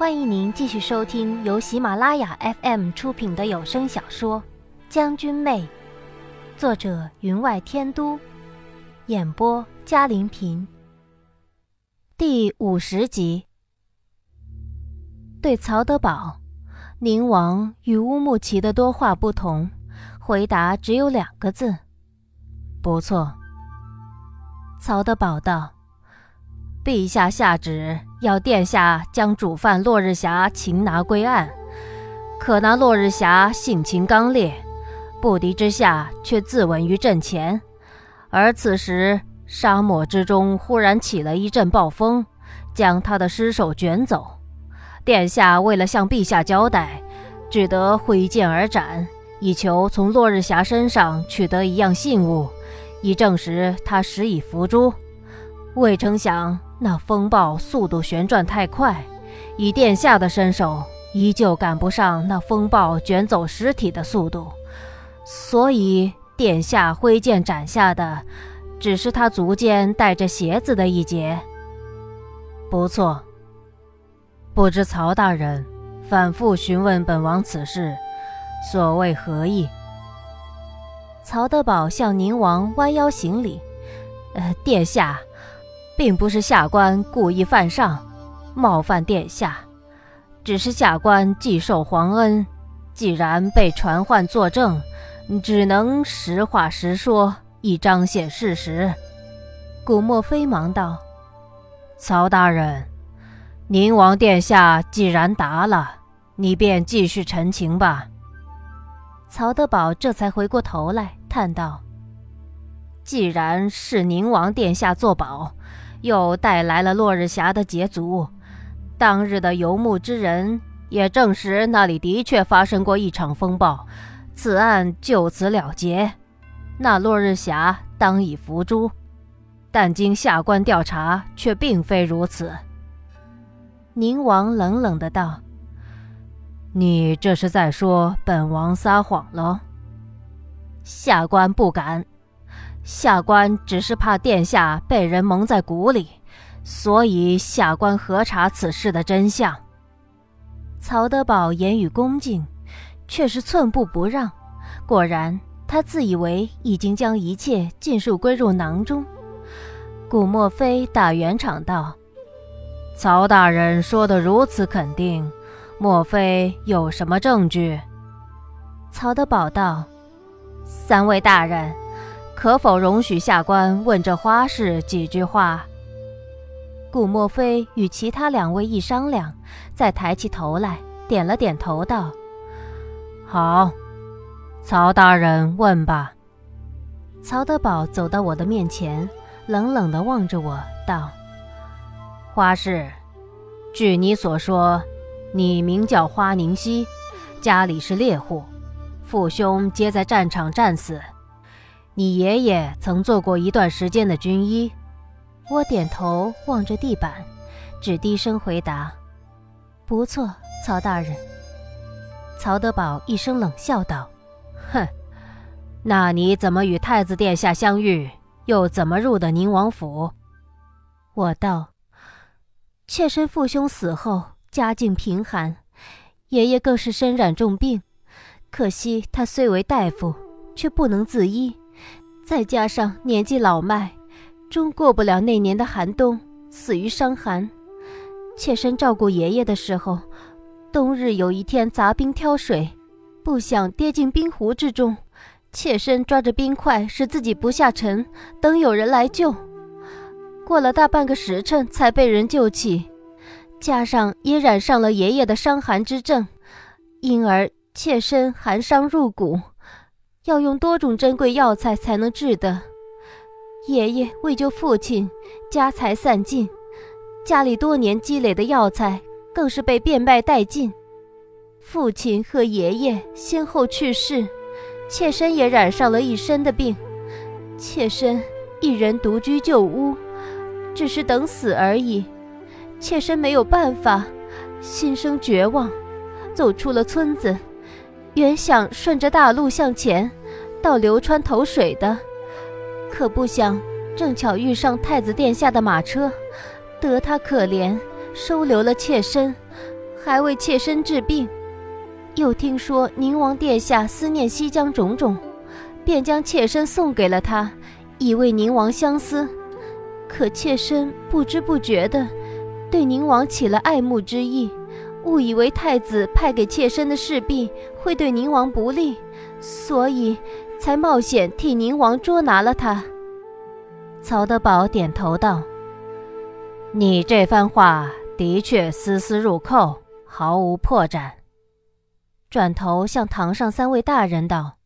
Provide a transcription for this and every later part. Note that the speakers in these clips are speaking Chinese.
欢迎您继续收听由喜马拉雅 FM 出品的有声小说《将军妹》，作者云外天都，演播嘉玲平。第50集。对曹德宝，宁王与乌木齐的多话不同，回答只有2个字：不错。曹德宝道：陛下下旨要殿下将主犯落日霞擒拿归案，可那落日霞性情刚烈，不敌之下却自刎于阵前，而此时沙漠之中忽然起了一阵暴风，将他的尸首卷走。殿下为了向陛下交代，只得挥剑而斩，以求从落日霞身上取得一样信物，以证实他实已伏诛。未成想那风暴速度旋转太快，以殿下的身手依旧赶不上那风暴卷走尸体的速度，所以殿下挥剑斩下的只是他足间带着鞋子的一截。不错。不知曹大人反复询问本王此事，所谓何意？曹德宝向宁王弯腰行礼：殿下，并不是下官故意犯上，冒犯殿下，只是下官既受皇恩，既然被传唤作证，只能实话实说，以彰显事实。古墨飞忙道：曹大人，宁王殿下既然答了，你便继续陈情吧。曹德宝这才回过头来叹道：既然是宁王殿下作保，又带来了落日霞的捷足，当日的游牧之人也证实那里的确发生过一场风暴，此案就此了结，那落日霞当已伏诛。但经下官调查，却并非如此。宁王冷冷地道：你这是在说本王撒谎了？下官不敢，下官只是怕殿下被人蒙在鼓里，所以下官核查此事的真相。曹德宝言语恭敬，却是寸步不让。果然，他自以为已经将一切尽数归入囊中。古墨飞打圆场道：曹大人说得如此肯定，莫非有什么证据？曹德宝道：三位大人，可否容许下官问这花氏几句话？古墨飞与其他2位一商量，再抬起头来，点了点头道：好，曹大人问吧。曹德宝走到我的面前，冷冷地望着我道：花氏，据你所说，你名叫花凝溪，家里是猎户，父兄皆在战场战死，你爷爷曾做过一段时间的军医。我点头望着地板，只低声回答：不错，曹大人。曹德宝一声冷笑道：哼，那你怎么与太子殿下相遇，又怎么入的宁王府？我道：妾身父兄死后家境贫寒，爷爷更是身染重病，可惜他虽为大夫，却不能自医，再加上年纪老迈，终过不了那年的寒冬，死于伤寒。妾身照顾爷爷的时候，冬日有一天砸冰挑水，不想跌进冰湖之中，妾身抓着冰块使自己不下沉，等有人来救。过了大半个时辰才被人救起，加上也染上了爷爷的伤寒之症，因而妾身寒伤入骨，要用多种珍贵药材才能治的。爷爷为救父亲，家财散尽，家里多年积累的药材更是被变卖殆尽。父亲和爷爷先后去世，妾身也染上了一身的病，妾身一人独居旧屋，只是等死而已。妾身没有办法，心生绝望，走出了村子，原想顺着大路向前，到流川投水的，可不想正巧遇上太子殿下的马车，得他可怜，收留了妾身， 还为妾身治病。又听说宁王殿下思念西江种种，便将妾身送给了他，以为宁王相思。可妾身不知不觉的对宁王起了爱慕之意，误以为太子派给妾身的侍婢会对宁王不利，所以才冒险替宁王捉拿了他。曹德宝点头道：你这番话的确丝丝入扣，毫无破绽。转头向堂上3位大人道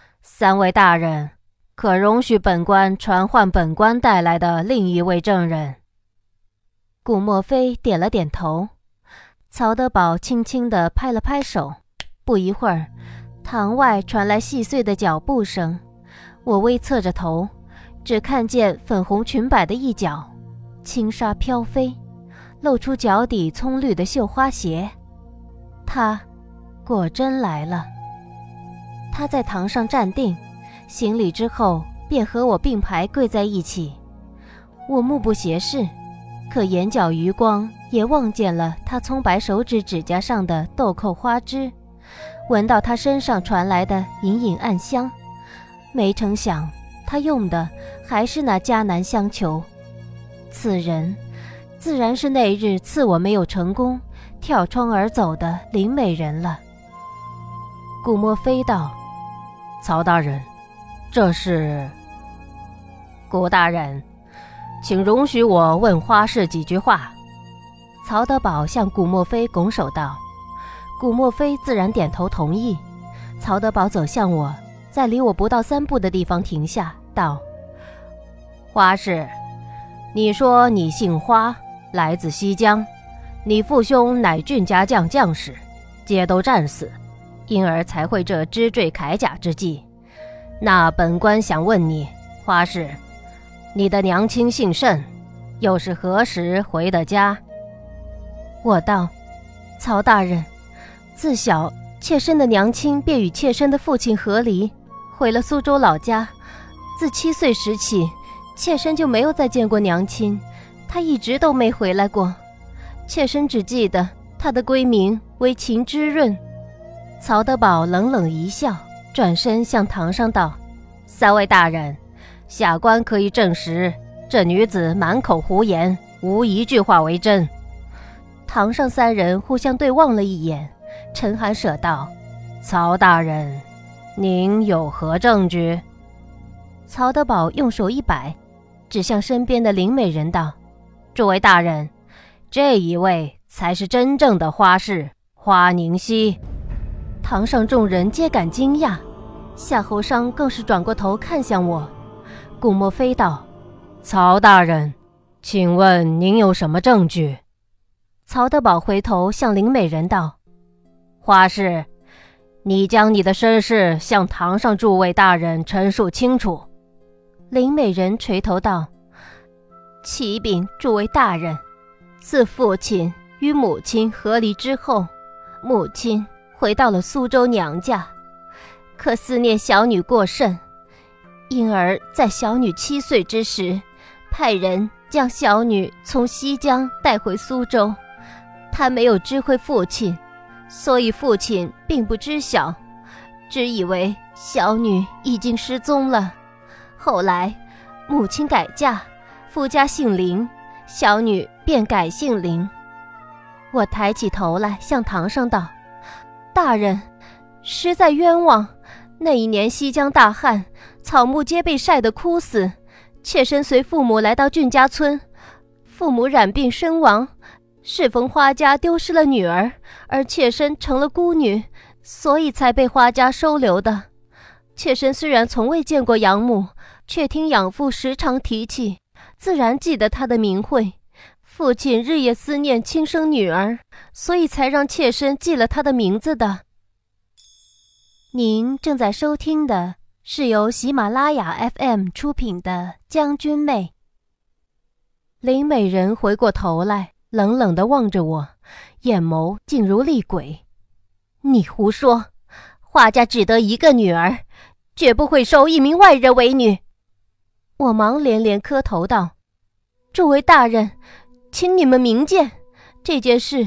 ：3位大人，可容许本官传唤本官带来的另一位证人。顾墨菲点了点头，曹德宝轻轻地拍了拍手。不一会儿，堂外传来细碎的脚步声，我微侧着头，只看见粉红裙摆的一角，轻纱飘飞，露出脚底葱绿的绣花鞋。他果真来了。他在堂上站定，行礼之后便和我并排跪在一起。我目不斜视，可眼角余光也望见了他葱白手指指甲上的豆蔻花枝，闻到他身上传来的隐隐暗香。没成想他用的还是那迦南香球。此人自然是那日刺我没有成功，跳窗而走的林美人了。顾墨菲道：曹大人，这是……顾大人，请容许我问花氏几句话。曹德宝向顾墨菲拱手道。顾墨菲自然点头同意。曹德宝走向我，在离我不到3步的地方停下，道：花氏，你说你姓花，来自西江，你父兄乃郡家将士，皆都战死，因而才会这肢坠铠甲之计。那本官想问你，花氏，你的娘亲姓甚，又是何时回的家？我道：曹大人，自小妾身的娘亲便与妾身的父亲和离，回了苏州老家。自7岁时起，妾身就没有再见过娘亲，她一直都没回来过。妾身只记得她的闺名为秦之润。曹德宝冷冷一笑，转身向堂上道：3位大人，下官可以证实，这女子满口胡言，无一句话为真。堂上3人互相对望了一眼，陈寒舍道：曹大人，您有何证据？曹德宝用手一摆，指向身边的林美人道：诸位大人，这一位才是真正的花氏花凝溪。堂上众人皆感惊讶，夏侯商更是转过头看向我。顾墨菲道：曹大人，请问您有什么证据？曹德宝回头向林美人道：花氏，你将你的身世向堂上诸位大人陈述清楚。林美人垂头道：启禀诸位大人，自父亲与母亲和离之后，母亲回到了苏州娘家，可思念小女过甚，因而在小女7岁之时，派人将小女从西江带回苏州。她没有知会父亲，所以父亲并不知晓，只以为小女已经失踪了。后来母亲改嫁，夫家姓林，小女便改姓林。我抬起头来向堂上道：大人，实在冤枉。那一年西江大旱，草木皆被晒得枯死，妾身随父母来到俊家村，父母染病身亡，适逢花家丢失了女儿，而妾身成了孤女，所以才被花家收留的。妾身虽然从未见过养母，却听养父时常提起，自然记得她的名讳。父亲日夜思念亲生女儿，所以才让妾身记了她的名字的。您正在收听的是由喜马拉雅 FM 出品的《将军妹》。林美人回过头来，冷冷地望着我，眼眸竟如厉鬼。你胡说，花家只得一个女儿，绝不会收一名外人为女。我忙连连磕头道：诸位大人，请你们明鉴，这件事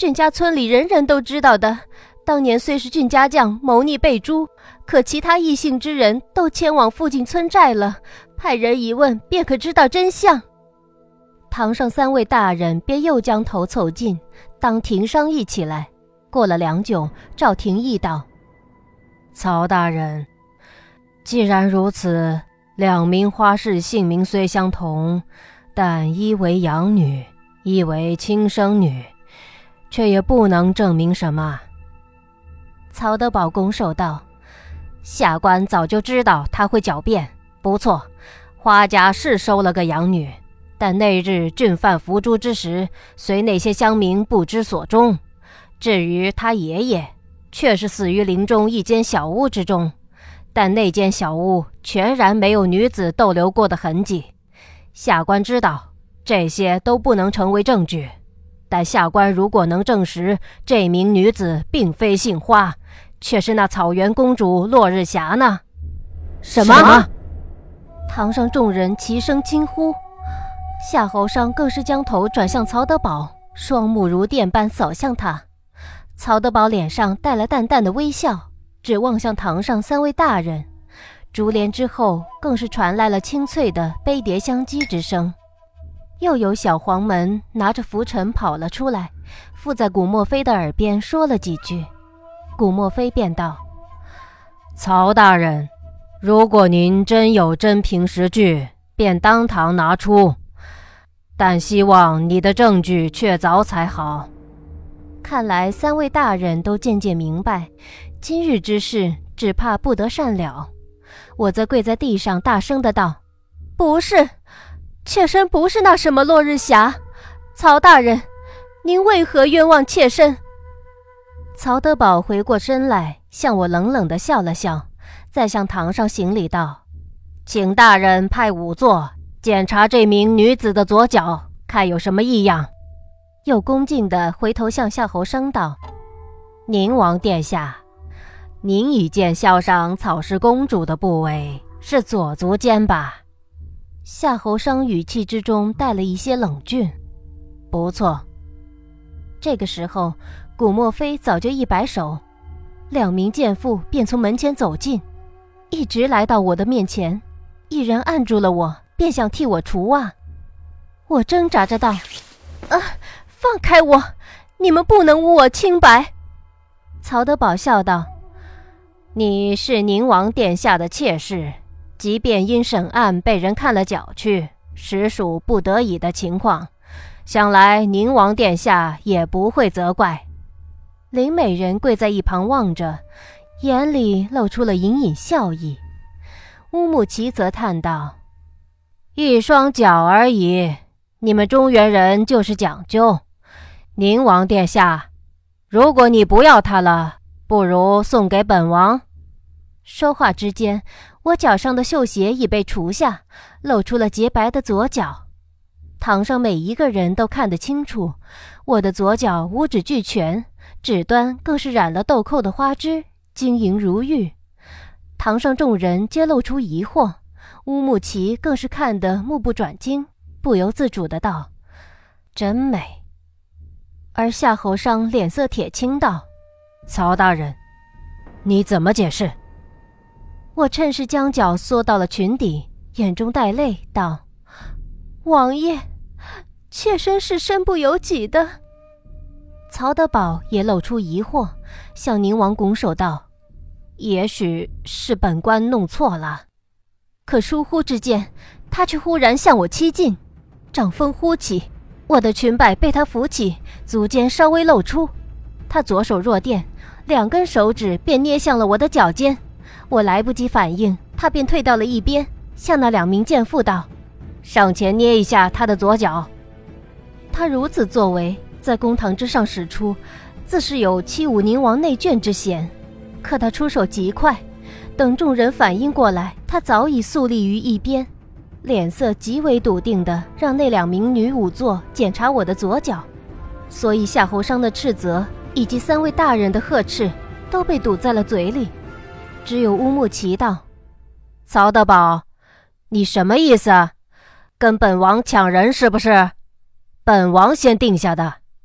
俊家村里人人都知道的。当年虽是俊家将谋逆被诛，可其他异姓之人都迁往附近村寨了，派人一问便可知道真相。堂上3位大人便又将头凑近，当庭商议起来。过了良久，赵廷义道： 曹大人，既然如此，2名花氏姓名虽相同，但一为养女，一为亲生女，却也不能证明什么。 曹德宝拱手道：下官早就知道他会狡辩。不错，花家是收了个养女，但那日郡犯伏诛之时，随那些乡民不知所终。至于他爷爷，却是死于林中一间小屋之中，但那间小屋全然没有女子逗留过的痕迹。下官知道这些都不能成为证据，但下官如果能证实这名女子并非姓花，却是那草原公主落日霞呢？ 什么？ 堂上众人齐声惊呼，夏侯尚更是将头转向曹德宝，双目如电般扫向他。曹德宝脸上带了淡淡的微笑，只望向堂上3位大人。竹帘之后更是传来了清脆的杯碟相击之声。又有小黄门拿着拂尘跑了出来，附在古墨飞的耳边说了几句。古墨飞便道： 曹大人，如果您真有真凭实据，便当堂拿出，但希望你的证据确凿才好。 看来3位大人都渐渐明白，今日之事只怕不得善了。我则跪在地上大声的道：不是，妾身不是那什么落日霞。曹大人，您为何冤枉妾身？曹德宝回过身来，向我冷冷地笑了笑，再向堂上行礼道：请大人派仵作检查这名女子的左脚，看有什么异样。又恭敬地回头向夏侯商道：宁王殿下，您已见孝上草氏公主的部位是左足尖吧？夏侯商语气之中带了一些冷峻。不错。这个时候古墨飞早就一摆手，2名贱妇便从门前走近，一直来到我的面前，一人按住了我，便想替我除袜。我挣扎着道：放开我，你们不能污我清白。曹德宝笑道：你是宁王殿下的妾室，即便因审案被人看了脚去，实属不得已的情况，想来宁王殿下也不会责怪。林美人跪在一旁望着，眼里露出了隐隐笑意。乌木齐则叹道：一双脚而已，你们中原人就是讲究。宁王殿下，如果你不要它了，不如送给本王。说话之间，我脚上的绣鞋已被除下，露出了洁白的左脚。堂上每一个人都看得清楚，我的左脚五指俱全，指端更是染了豆蔻的花枝，晶莹如玉。堂上众人皆露出疑惑，乌木齐更是看得目不转睛，不由自主的道：真美。而夏侯商脸色铁青道： 曹大人，你怎么解释？ 我趁势将脚缩到了裙底，眼中带泪道：王爷，妾身是身不由己的。曹德宝也露出疑惑，向宁王拱手道：也许是本官弄错了。可疏忽之间，他却忽然向我欺近，掌风忽起，我的裙摆被他扶起，足尖稍微露出。他左手若电，2根手指便捏向了我的脚尖。我来不及反应，他便退到了一边，向那2名贱妇道：上前捏一下他的左脚。他如此作为，在公堂之上使出，自是有欺侮宁王内眷之嫌。可他出手极快，等众人反应过来，他早已肃立于一边，脸色极为笃定地让那2名女仵作检查我的左脚。所以夏侯商的斥责以及3位大人的呵斥都被堵在了嘴里。只有乌木齐道：曹德宝，你什么意思啊？跟本王抢人是不是？本王先定下的，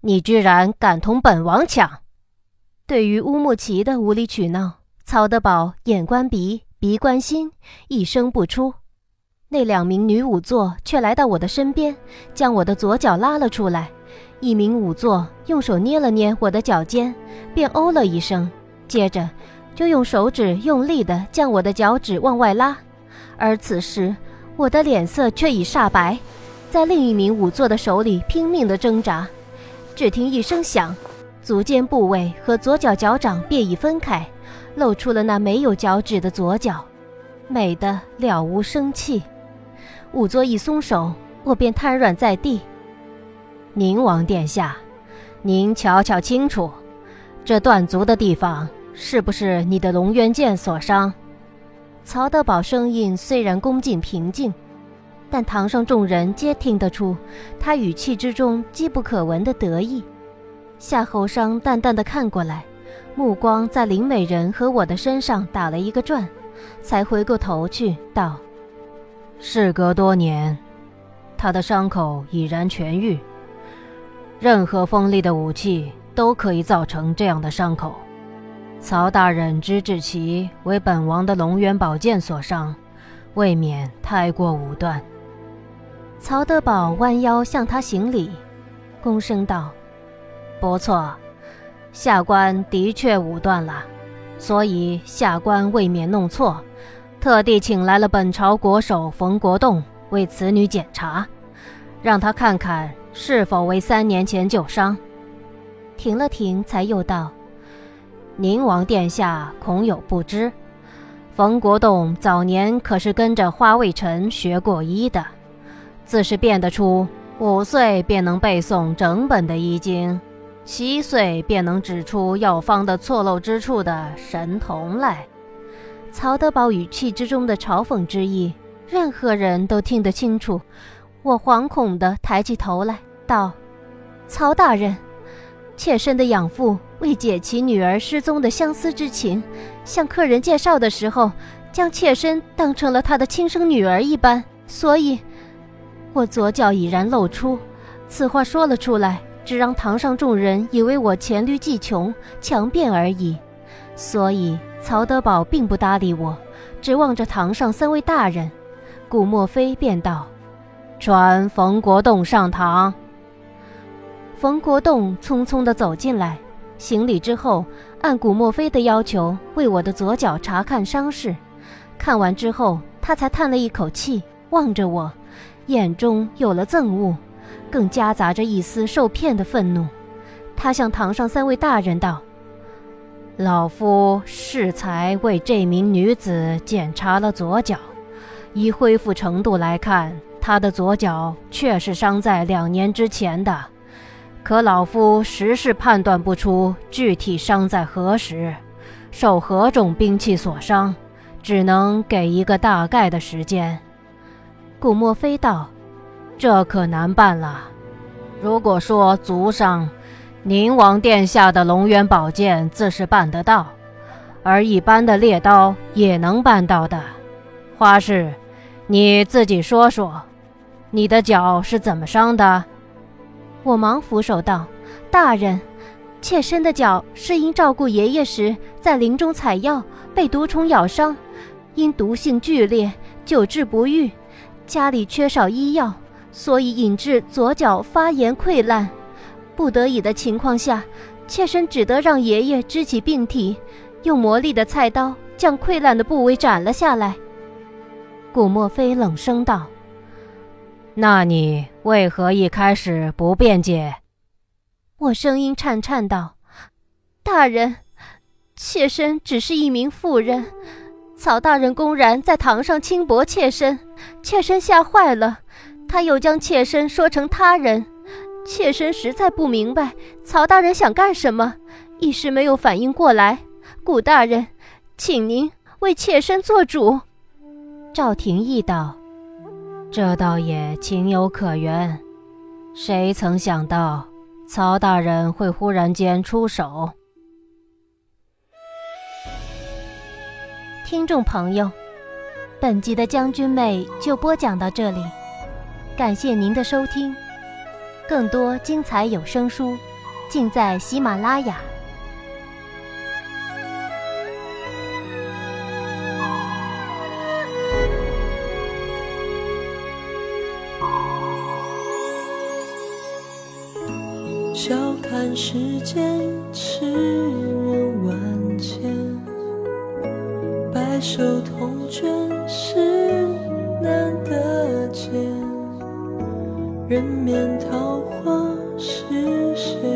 你居然敢同本王抢！” 对于乌木齐的无理取闹，曹德宝眼观鼻，鼻观心，一声不出。那2名女仵作却来到我的身边，将我的左脚拉了出来。一名仵作用手捏了捏我的脚尖，便哦了一声，接着就用手指用力地将我的脚趾往外拉。而此时我的脸色却已煞白，在另一名仵作的手里拼命地挣扎。只听一声响，足尖部位和左脚脚掌便已分开，露出了那没有脚趾的左脚，美得了无生气。仵作一松手，我便瘫软在地。 宁王殿下，您瞧瞧清楚，这断足的地方是不是你的龙渊剑所伤？ 曹德宝声音虽然恭敬平静，但堂上众人皆听得出他语气之中机不可闻的得意。夏侯商淡淡的看过来，目光在林美人和我的身上打了一个转，才回过头去道：“ 事隔多年，他的伤口已然痊愈。任何锋利的武器都可以造成这样的伤口。曹大人知治其为本王的龙渊宝剑所伤，未免太过武断。” 曹德宝弯腰向他行礼，躬声道：“ 不错，下官的确武断了，所以下官未免弄错，特地请来了本朝国手冯国栋为此女检查，让他看看是否为3年前旧伤。” 停了停，才又道：“ 宁王殿下恐有不知，冯国栋早年可是跟着花未臣学过医的，自是辨得出5岁便能背诵整本的医经，7岁便能指出药方的错漏之处的神童来。” 曹德宝语气之中的嘲讽之意，任何人都听得清楚。我惶恐地抬起头来道：“曹大人，妾身的养父为解其女儿失踪的相思之情，向客人介绍的时候，将妾身当成了他的亲生女儿一般，所以我左脚已然露出。此话说了出来，只让堂上众人以为我黔驴技穷，强辩而已。所以曹德宝并不搭理我，只望着堂上3位大人。古墨妃便道：“ 传冯国栋上堂。” 冯国栋匆匆地走进来，行礼之后，按古墨妃的要求为我的左脚查看伤势。看完之后，他才叹了一口气，望着我，眼中有了憎恶，更夹杂着一丝受骗的愤怒。他向堂上3位大人道：“ 老夫适才为这名女子检查了左脚，以恢复程度来看，她的左脚确是伤在2年之前的，可老夫实是判断不出具体伤在何时，受何种兵器所伤，只能给一个大概的时间。” 古墨妃道：“ 这可难办了。如果说足伤，宁王殿下的龙渊宝剑自是办得到，而一般的猎刀也能办到的。花氏，你自己说说，你的脚是怎么伤的？” 我忙俯首道：“大人，妾身的脚是因照顾爷爷时在林中采药被毒虫咬伤，因毒性剧烈，久治不愈，家里缺少医药，所以引致左脚发炎溃烂。不得已的情况下，妾身只得让爷爷支起病体，用磨砺的菜刀将溃烂的部位斩了下来。” 古墨妃冷声道：“那你为何一开始不辩解？” 我声音颤颤道：“大人，妾身只是一名妇人，曹大人公然在堂上轻薄妾身，妾身吓坏了，他又将妾身说成他人，妾身实在不明白曹大人想干什么，一时没有反应过来。古大人，请您为妾身做主。” 赵廷义道：“这倒也情有可原，谁曾想到曹大人会忽然间出手。” 听众朋友，本集的将军妹就播讲到这里，感谢您的收听。更多精彩有声书， 尽在喜马拉雅。 笑看世间痴人万千，白首同卷是难得见，人面桃花是谁